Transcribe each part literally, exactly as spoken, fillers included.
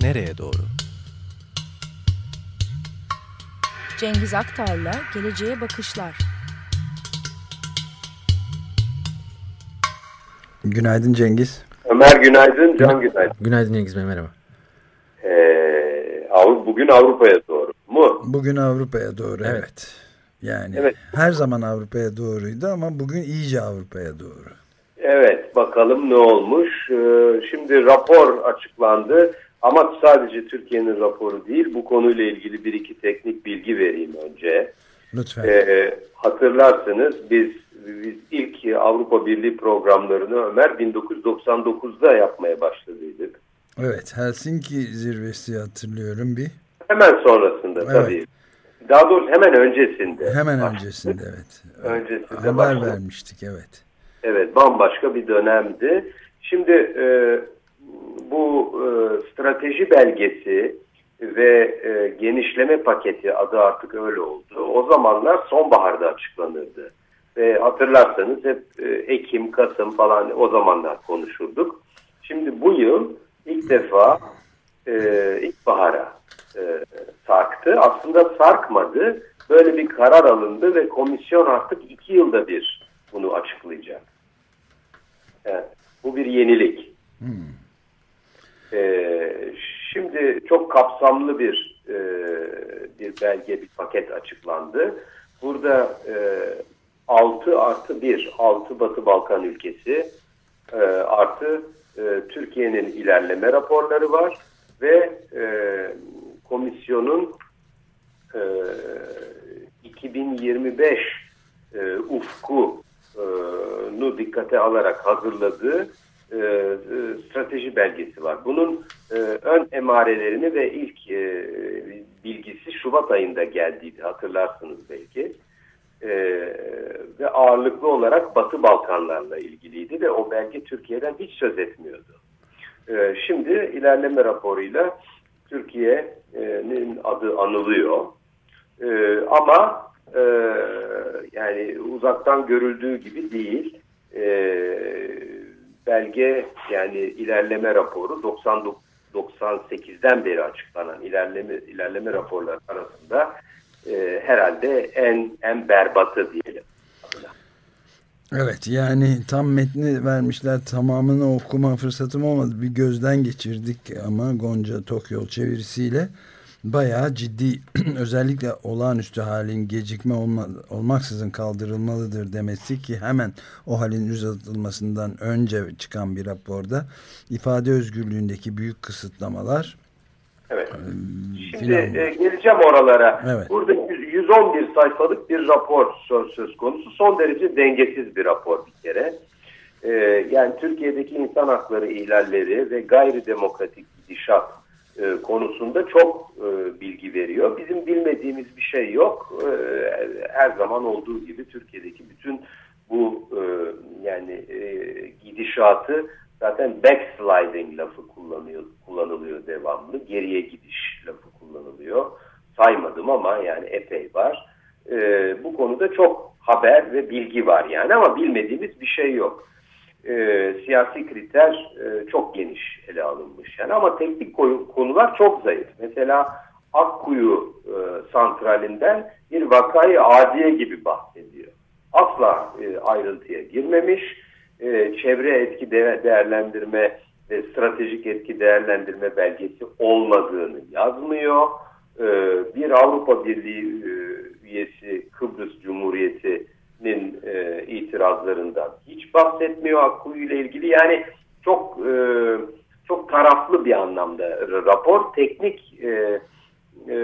nereye doğru? Cengiz Aktar'la Geleceğe Bakışlar. Günaydın Cengiz. Ömer günaydın, Can günaydın. Günaydın Cengiz Bey, merhaba. Ee, bugün Avrupa'ya doğru mu? Bugün Avrupa'ya doğru, evet. evet. Yani evet. Her zaman Avrupa'ya doğruydu ama bugün iyice Avrupa'ya doğru. Evet, bakalım ne olmuş. Ee, şimdi rapor açıklandı ama sadece Türkiye'nin raporu değil. Bu konuyla ilgili bir iki teknik bilgi vereyim önce. Lütfen. Ee, hatırlarsınız biz, biz ilk Avrupa Birliği programlarını Ömer bin dokuz yüz doksan dokuzda yapmaya başladıydık. Evet, Helsinki zirvesi hatırlıyorum bir. Hemen sonrasında evet. Tabii. Daha doğrusu hemen öncesinde. Hemen başladık. öncesinde evet. Öncesinde haber başladık. vermiştik evet. Evet, bambaşka bir dönemdi. Şimdi e, bu e, strateji belgesi ve e, genişleme paketi, adı artık öyle oldu. O zamanlar sonbaharda açıklanırdı. Ve hatırlarsanız hep e, Ekim, Kasım falan o zamanlar konuşurduk. Şimdi bu yıl ilk defa e, ilkbahara e, sarktı. Aslında sarkmadı. Böyle bir karar alındı ve komisyon artık iki yılda bir bunu açıklayacak. Evet, bu bir yenilik. Hmm. Ee, şimdi çok kapsamlı bir e, bir belge, bir paket açıklandı. Burada e, altı artı bir, altı Batı Balkan ülkesi e, artı e, Türkiye'nin ilerleme raporları var ve e, komisyonun e, iki bin yirmi beş e, ufku nu dikkate alarak hazırladığı e, e, strateji belgesi var. Bunun e, ön emarelerini ve ilk e, bilgisi Şubat ayında geldiydi, hatırlarsınız belki. E, ve ağırlıklı olarak Batı Balkanlarla ilgiliydi ve o belge Türkiye'den hiç söz etmiyordu. E, şimdi ilerleme raporuyla Türkiye'nin adı anılıyor. E, ama Ee, yani uzaktan görüldüğü gibi değil. Ee, belge, yani ilerleme raporu doksan doksan sekizden beri açıklanan ilerleme ilerleme raporları arasında e, herhalde en en berbatı diyelim. Evet, yani tam metni vermişler, tamamını okuma fırsatım olmadı. Bir gözden geçirdik ama Gonca Tokyol çevirisiyle. Bayağı ciddi, özellikle olağanüstü halin gecikme olma, olmaksızın kaldırılmalıdır demesi ki hemen o halin uzatılmasından önce çıkan bir raporda ifade özgürlüğündeki büyük kısıtlamalar. Evet. Şimdi e, geleceğim oralara. Evet. Burada yüz on bir sayfalık bir rapor söz, söz konusu. Son derece dengesiz bir rapor bir kere. E, yani Türkiye'deki insan hakları ihlalleri ve gayri demokratik gidişat E, konusunda çok e, bilgi veriyor. Bizim bilmediğimiz bir şey yok. E, her zaman olduğu gibi Türkiye'deki bütün bu e, yani e, gidişatı, zaten backsliding lafı kullanıyor, kullanılıyor devamlı. Geriye gidiş lafı kullanılıyor. Saymadım ama yani epey var. E, bu konuda çok haber ve bilgi var yani, ama bilmediğimiz bir şey yok. E, siyasi kriter e, çok geniş ele alınmış yani, ama teknik konular çok zayıf. Mesela Akkuyu e, santralinden bir vakayı adiye gibi bahsediyor. Asla e, ayrıntıya girmemiş. E, çevre etki de değerlendirme ve stratejik etki değerlendirme belgesi olmadığını yazmıyor. E, bir Avrupa Birliği e, üyesi Kıbrıs Cumhuriyeti E, itirazlarından hiç bahsetmiyor Akkuyu ile ilgili. Yani çok e, çok taraflı bir anlamda rapor. Teknik e, e,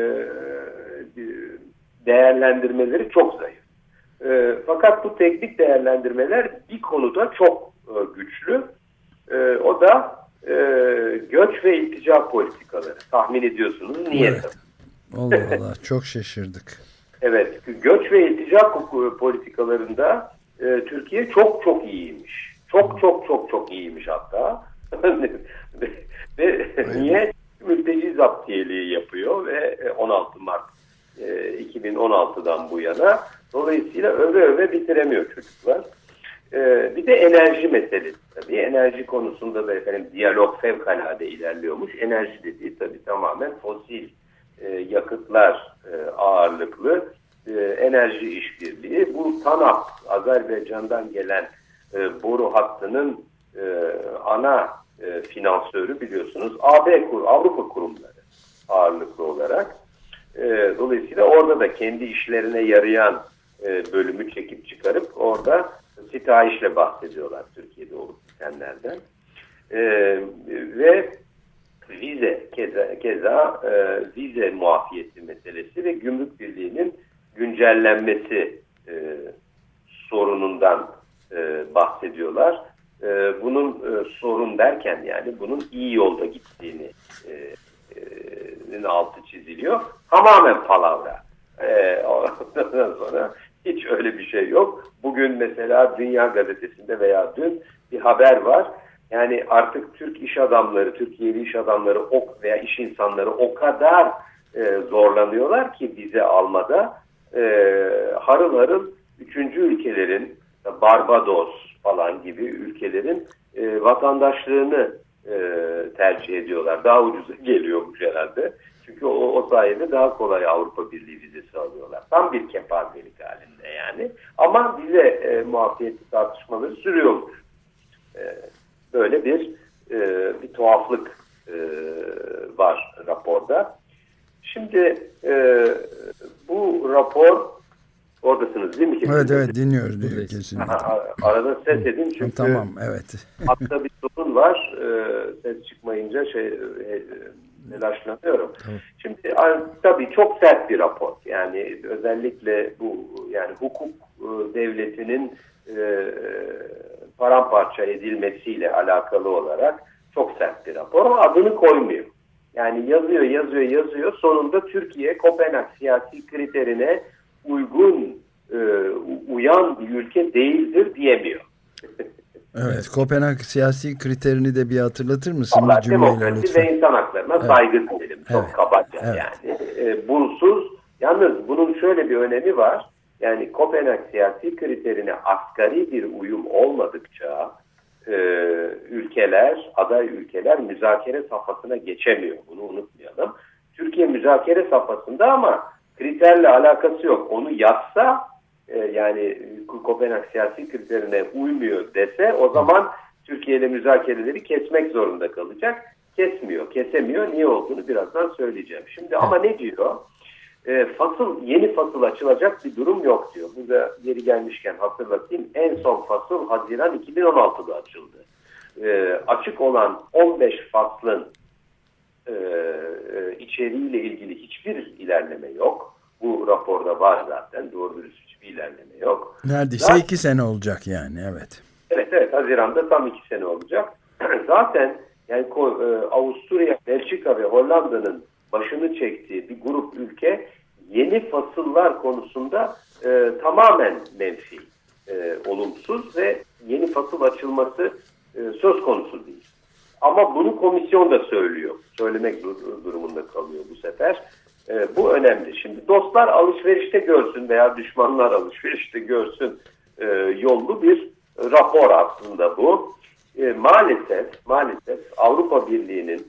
değerlendirmeleri çok zayıf. E, fakat bu teknik değerlendirmeler bir konuda çok e, güçlü. E, o da e, göç ve iltica politikaları. Tahmin ediyorsunuz niye? Evet. Allah Allah, çok şaşırdık. Evet, göç ve iltica politikalarında e, Türkiye çok çok iyiymiş. Çok çok çok çok iyiymiş hatta. Ve niye? Mülteci zaptiyeliği yapıyor ve on altı Mart e, iki bin on altıdan bu yana. Dolayısıyla öve öve bitiremiyor çocuklar. E, bir de enerji meselesi tabii. Enerji enerji konusunda da efendim diyalog fevkalade ilerliyormuş. Enerji dediği tabii tamamen fosil e, yakıtlar e, ağırlıklı e, enerji işbirliği. Bu TANAP, Azerbaycan'dan gelen e, boru hattının e, ana e, finansörü biliyorsunuz A B kur, Avrupa kurumları ağırlıklı olarak. E, dolayısıyla orada da kendi işlerine yarayan e, bölümü çekip çıkarıp orada sitayişle bahsediyorlar Türkiye'de olup bitenlerden. E, ve vize, keza, keza e, vize muafiyeti meselesi ve gümrük birliğinin güncellenmesi e, sorunundan e, bahsediyorlar. E, bunun e, sorun derken yani bunun iyi yolda gittiğini e, e, altı çiziliyor. Tamamen palavra. E, ondan sonra hiç öyle bir şey yok. Bugün mesela Dünya Gazetesi'nde veya dün bir haber var. Yani artık Türk iş adamları, Türkiye'li iş adamları ok veya iş insanları o kadar e, zorlanıyorlar ki vize almada e, harıl harıl üçüncü ülkelerin, Barbados falan gibi ülkelerin e, vatandaşlığını e, tercih ediyorlar. Daha ucuza geliyormuş herhalde. Çünkü o, o sayede daha kolay Avrupa Birliği vizesi alıyorlar. Tam bir kepazelik halinde yani. Ama vize e, muafiyeti tartışmaları sürüyormuş. E, böyle bir e, bir tuhaflık e, var raporda. Şimdi e, bu rapor, oradasınız değil mi? Kesinlikle? Evet evet dinliyoruz diyor kesinlikle. Ha, arada ses edin çünkü tamam evet. hatta bir sorun var. E, ses çıkmayınca şey e, telaşlanıyorum. Tamam. Şimdi tabii çok sert bir rapor. Yani özellikle bu yani hukuk e, devletinin e, paramparça edilmesiyle alakalı olarak çok sert bir rapor ama adını koymuyor. Yani yazıyor, yazıyor, yazıyor. Sonunda Türkiye Kopenhag siyasi kriterine uygun, e, uyan bir ülke değildir diyemiyor. Evet, Kopenhag siyasi kriterini de bir hatırlatır mısın? Allah, bir cümleyle demokrasi lütfen. ve insan haklarına evet. saygı diyelim. Çok evet. kabaca evet. yani. E, bunsuz, yalnız bunun şöyle bir önemi var. Yani Kopenhag siyasi kriterine asgari bir uyum olmadıkça e, ülkeler, aday ülkeler müzakere safhasına geçemiyor. Bunu unutmayalım. Türkiye müzakere safhasında ama kriterle alakası yok. Onu yazsa e, yani Kopenhag siyasi kriterine uymuyor dese o zaman Türkiye ile müzakereleri kesmek zorunda kalacak. Kesmiyor, kesemiyor. Niye olduğunu birazdan söyleyeceğim. Şimdi ama ne diyor? E, fasıl, yeni fasıl açılacak bir durum yok diyor. Burada yeri gelmişken hatırlatayım. En son fasıl Haziran iki bin on altıda açıldı. E, açık olan on beş faslın e, e, içeriğiyle ilgili hiçbir ilerleme yok. Bu raporda var zaten. Doğru dürüst hiçbir ilerleme yok. Neredeyse zaten, iki sene olacak yani. Evet. Evet evet. Haziran'da tam iki sene olacak. Zaten yani e, Avusturya, Belçika ve Hollanda'nın başını çektiği bir grup ülke yeni fasıllar konusunda e, tamamen menfi, e, olumsuz ve yeni fasıl açılması e, söz konusu değil. Ama bunu komisyon da söylüyor. Söylemek durumunda kalıyor bu sefer. E, bu önemli. Şimdi dostlar alışverişte görsün veya düşmanlar alışverişte görsün e, yollu bir rapor aslında bu. E, maalesef, maalesef Avrupa Birliği'nin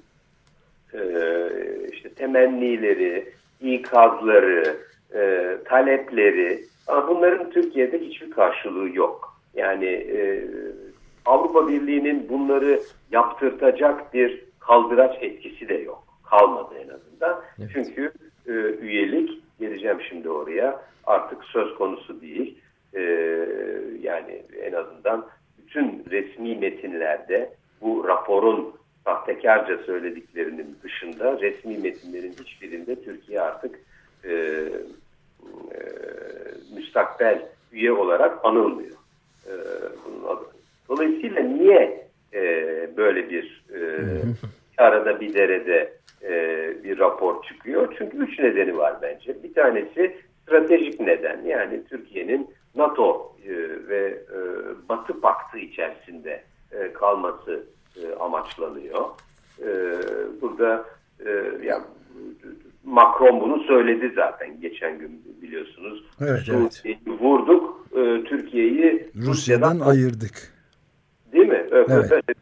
Ee, işte temennileri, ikazları, e, talepleri, ama bunların Türkiye'de hiçbir karşılığı yok. Yani e, Avrupa Birliği'nin bunları yaptırtacak bir kaldıraç etkisi de yok. Kalmadı en azından. Evet. Çünkü e, üyelik, geleceğim şimdi oraya, artık söz konusu değil. E, yani en azından bütün resmi metinlerde bu raporun sahtekarca söylediklerinin dışında resmi metinlerin hiçbirinde Türkiye artık e, e, müstakbel üye olarak anılmıyor. E, bunun adı. Dolayısıyla niye e, böyle bir e, arada bir derede e, bir rapor çıkıyor? Çünkü üç nedeni var bence. Bir tanesi stratejik neden. Yani Türkiye'nin NATO e, ve e, Batı Paktı içerisinde e, kalması amaçlanıyor. Ee, burada e, ya, Macron bunu söyledi zaten geçen gün biliyorsunuz. Evet, evet. Vurduk, e, Türkiye'yi Rusya'dan, Rusya'dan ayırdık. Değil mi? Evet. Evet.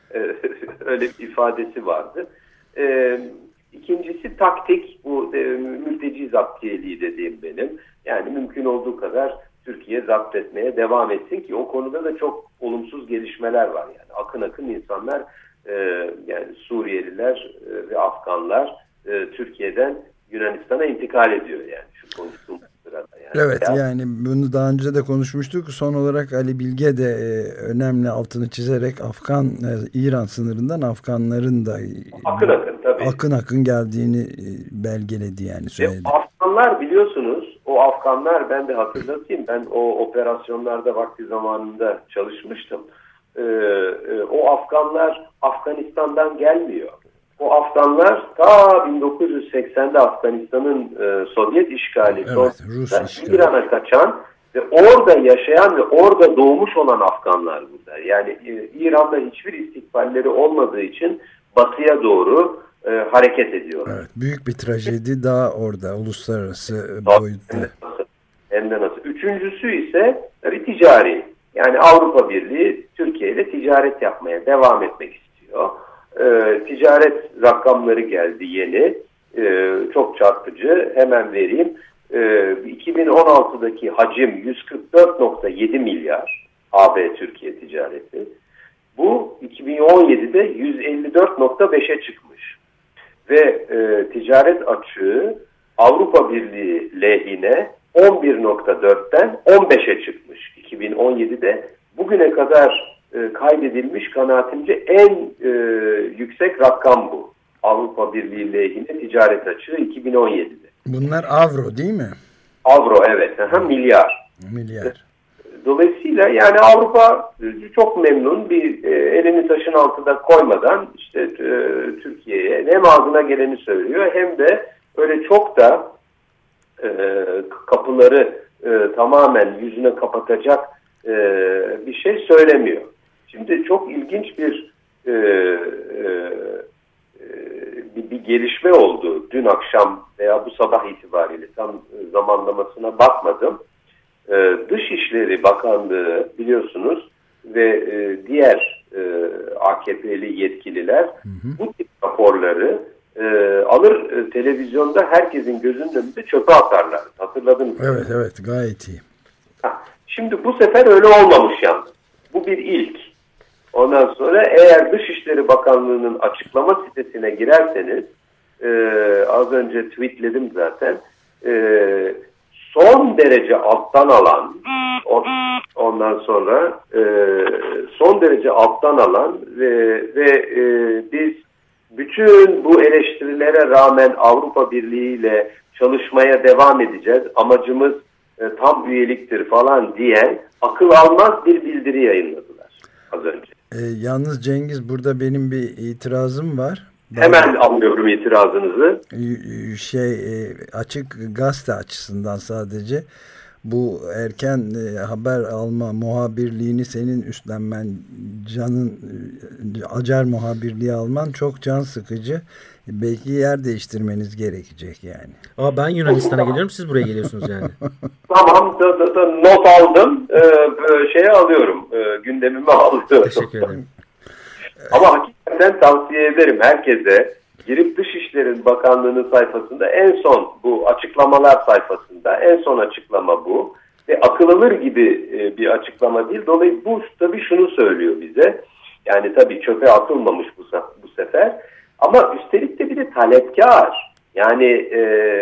Öyle bir ifadesi vardı. E, ikincisi taktik, bu e, mülteci zaptiyeliği dediğim benim. Yani mümkün olduğu kadar Türkiye zapt etmeye devam etsin ki o konuda da çok olumsuz gelişmeler var. Yani akın akın insanlar, e, yani Suriyeliler e, ve Afganlar e, Türkiye'den Yunanistan'a intikal ediyor yani şu konuştuğumuz sırada. Yani. Evet, ya, yani bunu daha önce de konuşmuştuk. Son olarak Ali Bilge de e, önemli altını çizerek Afgan, e, İran sınırından Afganların da akın akın tabii. Akın akın geldiğini e, belgeledi yani söyledi. E, Afganlar biliyorsunuz, o Afganlar, ben de hatırlatayım, ben o operasyonlarda vakti zamanında çalışmıştım. Ee, e, o Afganlar Afganistan'dan gelmiyor. O Afganlar ta bin dokuz yüz seksende Afganistan'ın e, Sovyet işgali, evet, Rus İran'a kaçan ve orada yaşayan ve orada doğmuş olan Afganlar burada. Yani e, İran'da hiçbir istikballeri olmadığı için batıya doğru e, hareket ediyorlar. Evet, büyük bir trajedi daha orada, uluslararası boyutta. Hem de nasıl. Üçüncüsü ise tabii ticari. Yani Avrupa Birliği Türkiye ile ticaret yapmaya devam etmek istiyor. Ee, ticaret rakamları geldi yeni. Ee, çok çarpıcı. Hemen vereyim. Ee, iki bin on altıdaki hacim yüz kırk dört nokta yedi milyar A B Türkiye ticareti. Bu iki bin on yedide yüz elli dört nokta beşe çıkmış. Ve e, ticaret açığı Avrupa Birliği lehine on bir nokta dörtten on beşe çıkmış iki bin on yedide. Bugüne kadar e, kaydedilmiş kanaatimce en e, yüksek rakam bu. Avrupa Birliği lehine ticaret açığı iki bin on yedide. Bunlar avro değil mi? Avro, evet. Aha, milyar. Milyar. Dolayısıyla yani Avrupa çok memnun, bir e, elini taşın altına koymadan işte e, Türkiye'ye hem ağzına geleni söylüyor hem de öyle çok da e, kapıları e, tamamen yüzüne kapatacak e, bir şey söylemiyor. Şimdi çok ilginç bir e, e, bir, bir gelişme oldu dün akşam veya bu sabah itibariyle, tam zamanlamasına bakmadım. Ee, Dışişleri Bakanlığı biliyorsunuz ve e, diğer e, A K P'li yetkililer hı hı. bu tip raporları e, alır e, televizyonda herkesin gözünün önünde çöpe atarlar. Hatırladınız mı? Evet evet, gayet iyi. Ha, şimdi bu sefer öyle olmamış yalnız. Bu bir ilk. Ondan sonra eğer Dışişleri Bakanlığı'nın açıklama sitesine girerseniz, e, az önce tweetledim zaten, e, son derece alttan alan, ondan sonra e, son derece alttan alan ve, ve e, biz bütün bu eleştirilere rağmen Avrupa Birliği ile çalışmaya devam edeceğiz, amacımız e, tam üyeliktir falan diyen akıl almaz bir bildiri yayınladılar az önce. E, yalnız Cengiz, burada benim bir itirazım var. Ben, Hemen anlıyorum itirazınızı. Şey açık gazete açısından sadece bu erken e, haber alma muhabirliğini senin üstlenmen, canın e, acar muhabirliği alman çok can sıkıcı. Belki yer değiştirmeniz gerekecek yani. Aa, ben Yunanistan'a geliyorum, siz buraya geliyorsunuz yani. Tamam, da, da, da, not aldım. Ee, şeye alıyorum. E, gündemime alıyorum. Teşekkür ederim. Ama hakikaten tavsiye ederim herkese, girip Dışişleri Bakanlığı'nın sayfasında en son, bu açıklamalar sayfasında en son açıklama bu. Ve akıl alır gibi e, bir açıklama değil. Dolayısıyla bu tabii şunu söylüyor bize. Yani tabii çöpe atılmamış bu, bu sefer. Ama üstelik de bir de talepkar. Yani e,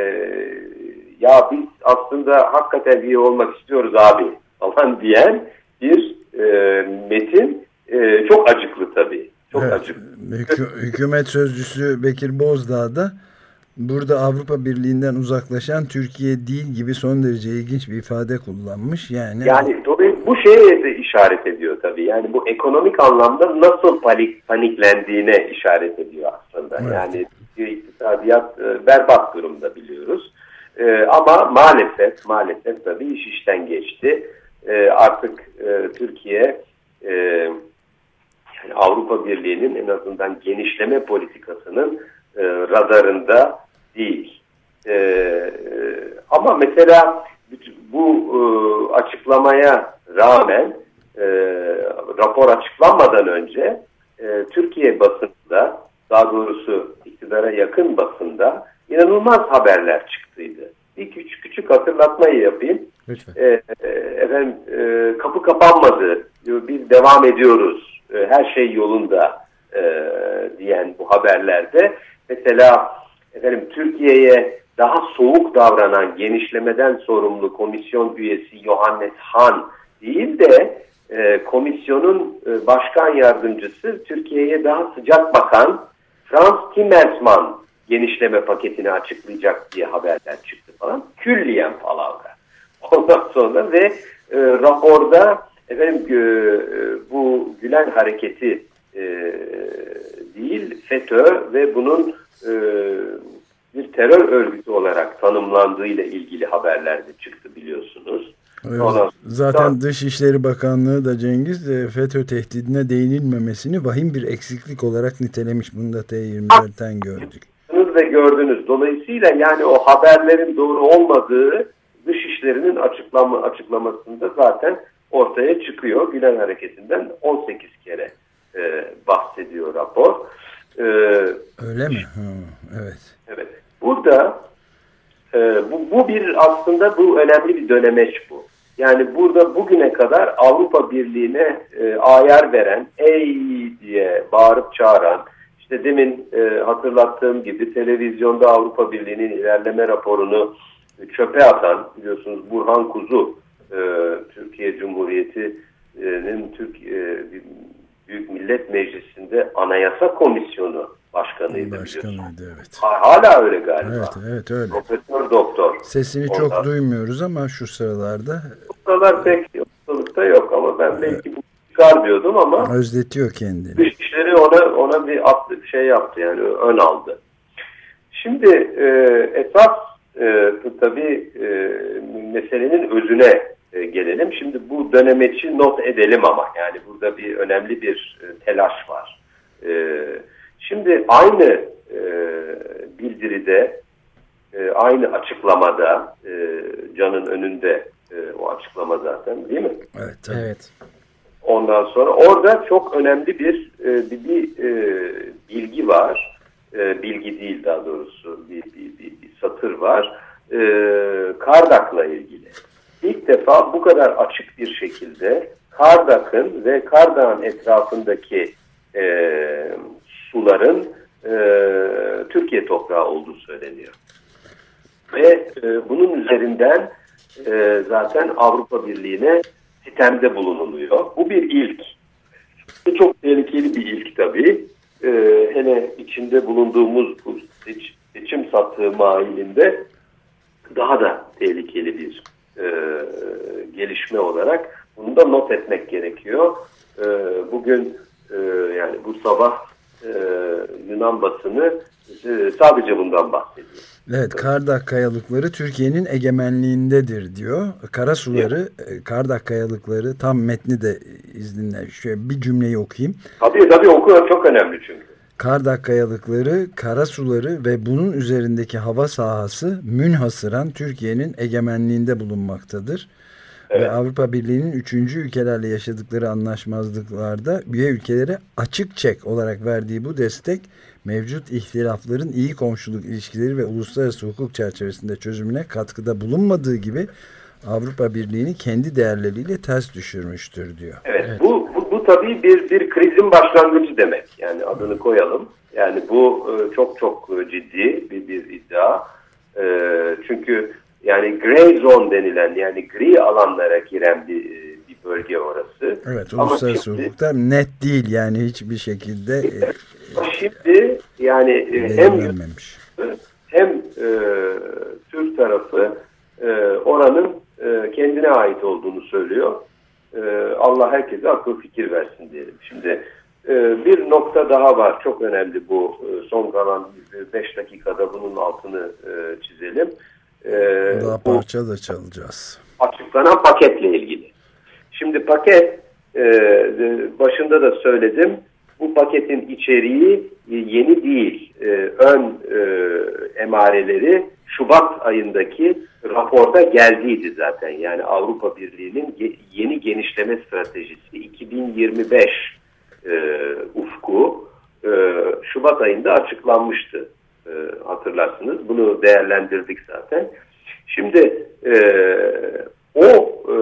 ya biz aslında hakikaten üye olmak istiyoruz abi falan diyen bir e, metin. Ee, çok acıklı tabii. Çok evet, acıklı. Hükü, hükümet sözcüsü Bekir Bozdağ da burada Avrupa Birliği'nden uzaklaşan Türkiye değil gibi son derece ilginç bir ifade kullanmış. Yani yani dolayısıyla bu şeye de işaret ediyor tabii. Yani bu ekonomik anlamda nasıl panik, paniklendiğine işaret ediyor aslında. Evet. Yani iktisadiyat e, berbat durumda biliyoruz. E, ama maalesef maalesef tabii iş işten geçti. E, artık e, Türkiye e, yani Avrupa Birliği'nin en azından genişleme politikasının e, radarında değil. E, e, ama mesela bu e, açıklamaya rağmen e, rapor açıklanmadan önce e, Türkiye basında, daha doğrusu iktidara yakın basında inanılmaz haberler çıktıydı. Bir küçük küçük hatırlatmayı yapayım. Lütfen. E, e, efendim e, kapı kapanmadı, biz devam ediyoruz, e, her şey yolunda e, diyen bu haberlerde mesela efendim Türkiye'ye daha soğuk davranan genişlemeden sorumlu komisyon üyesi Johannes Hahn değil de e, komisyonun e, başkan yardımcısı Türkiye'ye daha sıcak bakan Franz Timmermans genişleme paketini açıklayacak diye haberler çıktı falan. Külliyen palavra. Ondan sonra ve e, raporda efendim e, bu Gülen hareketi e, değil FETÖ ve bunun e, bir terör örgütü olarak tanımlandığıyla ilgili haberler de çıktı biliyorsunuz. Evet, Ondan, zaten Dışişleri Bakanlığı da Cengiz FETÖ tehdidine değinilmemesini vahim bir eksiklik olarak nitelemiş. Bunu da T yirmi dörtten gördük. Ve gördünüz. Dolayısıyla yani o haberlerin doğru olmadığı Dışişleri'nin açıklama, açıklamasında zaten ortaya çıkıyor. Gülen hareketinden on sekiz kere e, bahsediyor rapor. E, Öyle mi? Ha, evet. Evet. Burada e, bu, bu bir aslında bu önemli bir dönemeç bu. Yani burada bugüne kadar Avrupa Birliği'ne e, ayar veren, ey diye bağırıp çağıran, İşte demin e, hatırlattığım gibi televizyonda Avrupa Birliği'nin ilerleme raporunu çöpe atan, biliyorsunuz Burhan Kuzu, e, Türkiye Cumhuriyeti'nin Türk e, Büyük Millet Meclisi'nde Anayasa Komisyonu Başkanıydı. Başkanıydı, evet. Hala öyle galiba. Evet, evet öyle. Profesör doktor. Sesini Ondan. çok duymuyoruz ama şu sıralarda. Bu sıralar pek ortalıkta yok ama ben belki bu çıkar diyordum ama özletiyor kendini. Dışişleri ona ona bir atlı bir şey yaptı, yani ön aldı. Şimdi e, esas e, tabii e, meselenin özüne e, gelelim. Şimdi bu dönemeçi not edelim ama yani burada bir önemli bir e, telaş var. E, şimdi aynı e, bildiride, e, aynı açıklamada, e, Can'ın önünde e, o açıklama zaten, değil mi? Evet. Tabii. Evet. Ondan sonra orada çok önemli bir e, bir, bir e, bilgi var. E, bilgi değil, daha doğrusu bir, bir, bir, bir satır var. E, Kardak'la ilgili. İlk defa bu kadar açık bir şekilde Kardak'ın ve Kardak'ın etrafındaki e, suların e, Türkiye toprağı olduğu söyleniyor. Ve e, bunun üzerinden e, zaten Avrupa Birliği'ne sitemde bulunuluyor. Bu bir ilk. Bu çok tehlikeli bir ilk tabii. Ee, hele içinde bulunduğumuz bu seç, seçim sattığı mailinde daha da tehlikeli bir e, gelişme olarak bunu da not etmek gerekiyor. E, bugün e, yani bu sabah e, Yunan basını e, sadece bundan bahsediyor. Evet, Kardak kayalıkları Türkiye'nin egemenliğindedir diyor. Karasuları, evet. Kardak kayalıkları, tam metni de izninle şöyle bir cümleyi okuyayım. Tabii tabii oku, çok önemli çünkü. Kardak kayalıkları, karasuları ve bunun üzerindeki hava sahası münhasıran Türkiye'nin egemenliğinde bulunmaktadır. Evet. Ve Avrupa Birliği'nin üçüncü ülkelerle yaşadıkları anlaşmazlıklarda üye ülkelere açık çek olarak verdiği bu destek mevcut ihtilafların iyi komşuluk ilişkileri ve uluslararası hukuk çerçevesinde çözümüne katkıda bulunmadığı gibi Avrupa Birliği'ni kendi değerleriyle ters düşürmüştür diyor. Evet, evet. bu, bu, bu tabii bir, bir krizin başlangıcı demek. Yani adını koyalım. Yani bu çok çok ciddi bir, bir iddia. Çünkü yani gray zone denilen, yani gri alanlara giren bir, bir bölge orası. Evet, uluslararası şimdi, hukukta net değil yani hiçbir şekilde. Şimdi yani hem hem e, Türk tarafı e, oranın e, kendine ait olduğunu söylüyor. E, Allah herkese akıl fikir versin diyelim. Şimdi e, bir nokta daha var, çok önemli bu. E, son kalan beş dakikada bunun altını e, çizelim. E, daha parça da çalacağız. Açıklanan paketle ilgili. Şimdi paket e, başında da söyledim. Bu paketin içeriği yeni değil. E, ön e, emareleri Şubat ayındaki raporda geldiydi zaten. Yani Avrupa Birliği'nin ge- yeni genişleme stratejisi iki bin yirmi beş e, ufku Şubat ayında açıklanmıştı. E, hatırlarsınız. Bunu değerlendirdik zaten. Şimdi e, o e,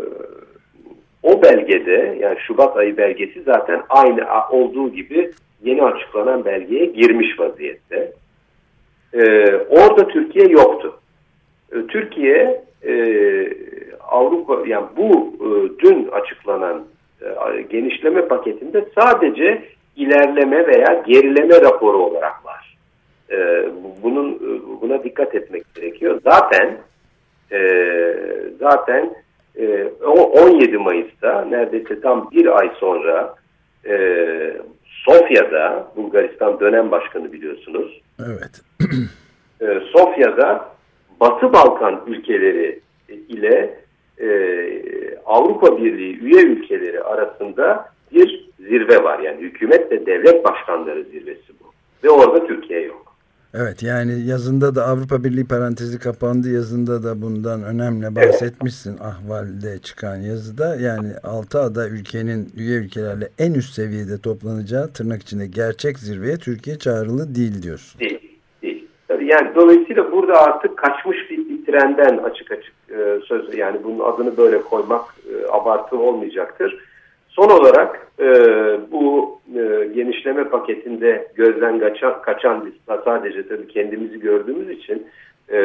o belgede, yani Şubat ayı belgesi zaten aynı olduğu gibi yeni açıklanan belgeye girmiş vaziyette. E, orada Türkiye yoktu. E, Türkiye e, Avrupa, yani bu e, dün açıklanan e, genişleme paketinde sadece ilerleme veya gerileme raporu olarak var. E, bunun buna dikkat etmek gerekiyor. Zaten e, zaten e, on yedi Mayıs'ta neredeyse tam bir ay sonra e, Sofya'da, Bulgaristan dönem başkanı biliyorsunuz. Evet. e, Sofya'da Batı Balkan ülkeleri ile e, Avrupa Birliği üye ülkeleri arasında bir zirve var. Yani hükümet ve devlet başkanları zirvesi bu. Ve orada Türkiye yok. Evet, yani yazında da Avrupa Birliği parantezi kapandı. Yazında da bundan önemli bahsetmişsin. Evet. Ahval'de çıkan yazıda. Yani altı ada ülkenin üye ülkelerle en üst seviyede toplanacağı tırnak içinde gerçek zirveye Türkiye çağrılı değil diyorsun. Değil. Değil. Tabii yani dolayısıyla burada artık kaçmış bir, bir trenden açık açık e, söz, yani bunun adını böyle koymak e, abartı olmayacaktır. Son olarak e, bu e, genişleme paketinde gözden kaçan, kaçan biz sadece tabii kendimizi gördüğümüz için e,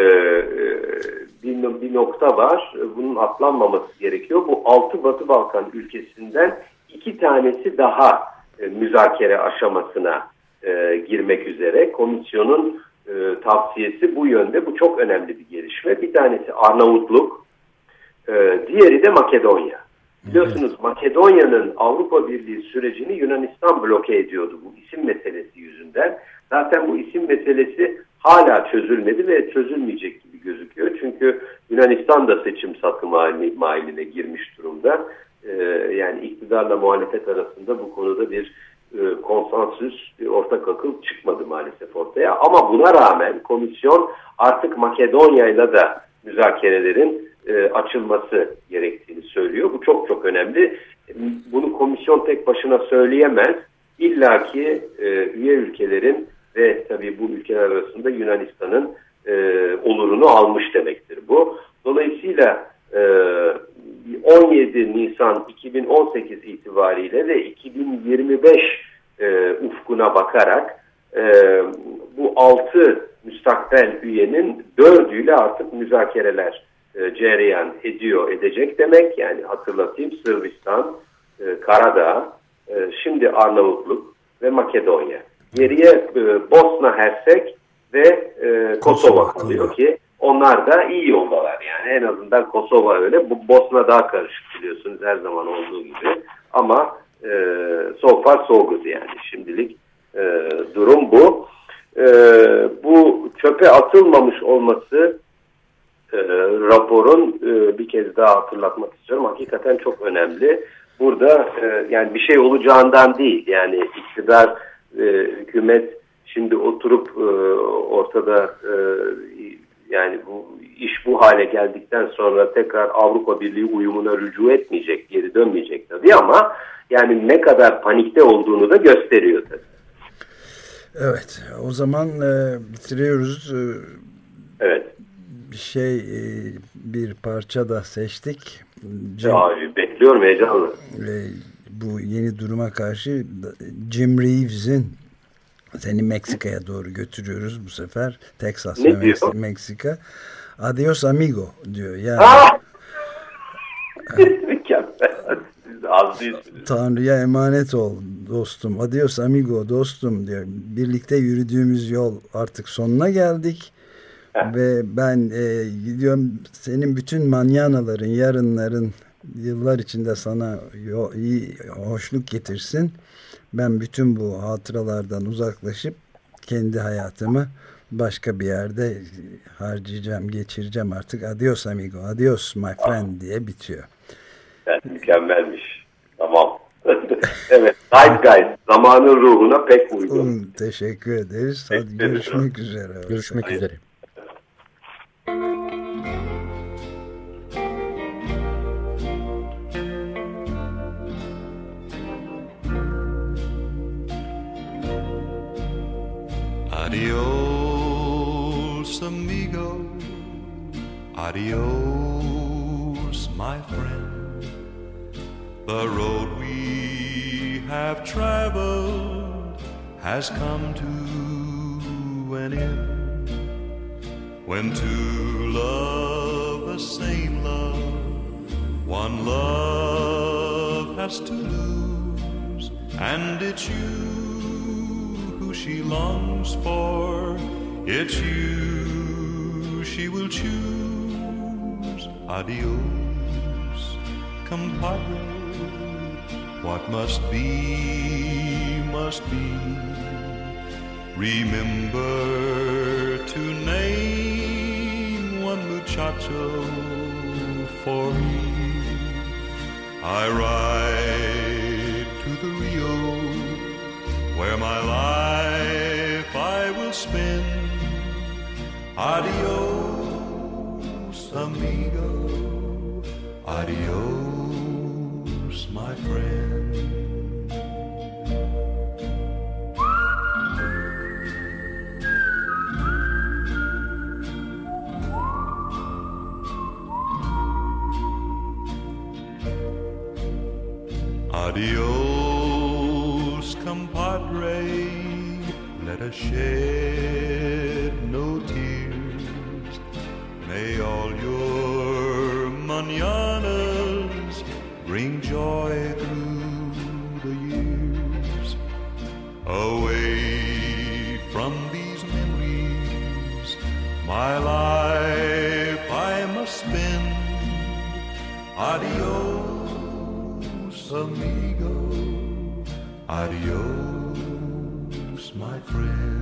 bir, bir nokta var. Bunun atlanmaması gerekiyor. Bu altı Batı Balkan ülkesinden iki tanesi daha e, müzakere aşamasına e, girmek üzere. Komisyonun e, tavsiyesi bu yönde. Bu çok önemli bir gelişme. Bir tanesi Arnavutluk, e, diğeri de Makedonya. Biliyorsunuz Makedonya'nın Avrupa Birliği sürecini Yunanistan bloke ediyordu bu isim meselesi yüzünden. Zaten bu isim meselesi hala çözülmedi ve çözülmeyecek gibi gözüküyor. Çünkü Yunanistan da seçim satım mahiline girmiş durumda. Ee, yani iktidarla muhalefet arasında bu konuda bir e, konsensüs, bir ortak akıl çıkmadı maalesef ortaya. Ama buna rağmen komisyon artık Makedonya'yla da müzakerelerin E, açılması gerektiğini söylüyor. Bu çok çok önemli. Bunu komisyon tek başına söyleyemez. İlla ki e, üye ülkelerin ve tabii bu ülkeler arasında Yunanistan'ın e, olurunu almış demektir bu. Dolayısıyla e, on yedi Nisan iki bin on sekiz itibariyle ve iki bin yirmi beş e, ufkuna bakarak e, bu altı müstakbel üyenin dördüyle artık müzakereler cereyan ediyor, edecek demek. Yani hatırlatayım, Sırbistan, e, Karadağ, e, şimdi Arnavutluk ve Makedonya. Geriye e, Bosna Hersek ve e, Kosova kalıyor ki onlar da iyi yoldalar. Yani en azından Kosova öyle. Bu Bosna daha karışık biliyorsunuz her zaman olduğu gibi. Ama e, so far so good yani şimdilik e, durum bu. E, bu çöpe atılmamış olması E, raporun e, bir kez daha hatırlatmak istiyorum. Hakikaten çok önemli. Burada e, yani bir şey olacağından değil. Yani iktidar, e, hükümet şimdi oturup e, ortada e, yani bu iş bu hale geldikten sonra tekrar Avrupa Birliği uyumuna rücu etmeyecek, geri dönmeyecek tabii ama yani ne kadar panikte olduğunu da gösteriyor tabii. Evet, o zaman e, bitiriyoruz. Evet. Bir şey, bir parça da seçtik. Cem, Abi, bekliyorum heyecanlı. Bu yeni duruma karşı Jim Reeves'in seni Meksika'ya doğru götürüyoruz bu sefer. Texas ne ve diyor? Meksika. Adios amigo diyor. Yani mükemmel. Az değilsiniz. Tanrı'ya emanet ol dostum. Adios amigo dostum diyor. Birlikte yürüdüğümüz yol artık sonuna geldik. Ve ben e, gidiyorum, senin bütün manyanaların, yarınların yıllar içinde sana yo, iyi, hoşluk getirsin. Ben bütün bu hatıralardan uzaklaşıp kendi hayatımı başka bir yerde harcayacağım, geçireceğim artık. Adios amigo, adios my friend diye bitiyor. Evet, mükemmelmiş. Tamam. Evet, Zeitgeist, zamanın ruhuna pek uygun. Teşekkür ederiz. Hadi Teşekkür görüşmek üzere. Görüşmek Hayır. üzere. Adios, amigo. Adios, my friend. The road we have traveled has come to an end. When two love the same love, one love has to lose, and it's you who she longs for, it's you she will choose. Adios, compadre, what must be, must be. Remember to name one muchacho for me. I ride to the Rio, where my life I will spend. Adios, amigo. Adios, my friend. Adios, compadre, let us shed no tears. May all your mañanas bring joy through the years. Away from these memories, my life I must spend. Adios, amigo. Adios, my friend.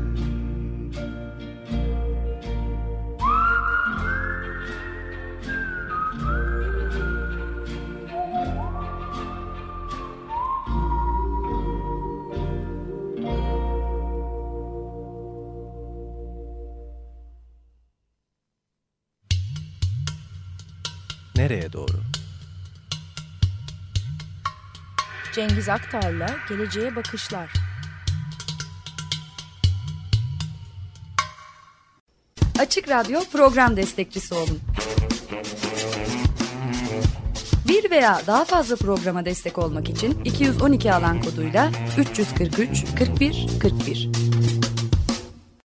Nereye doğru? Cengiz Aktar'la Geleceğe Bakışlar. Açık Radyo program destekçisi olun. Bir veya daha fazla programa destek olmak için iki yüz on iki alan koduyla üç yüz kırk üç kırk bir kırk bir.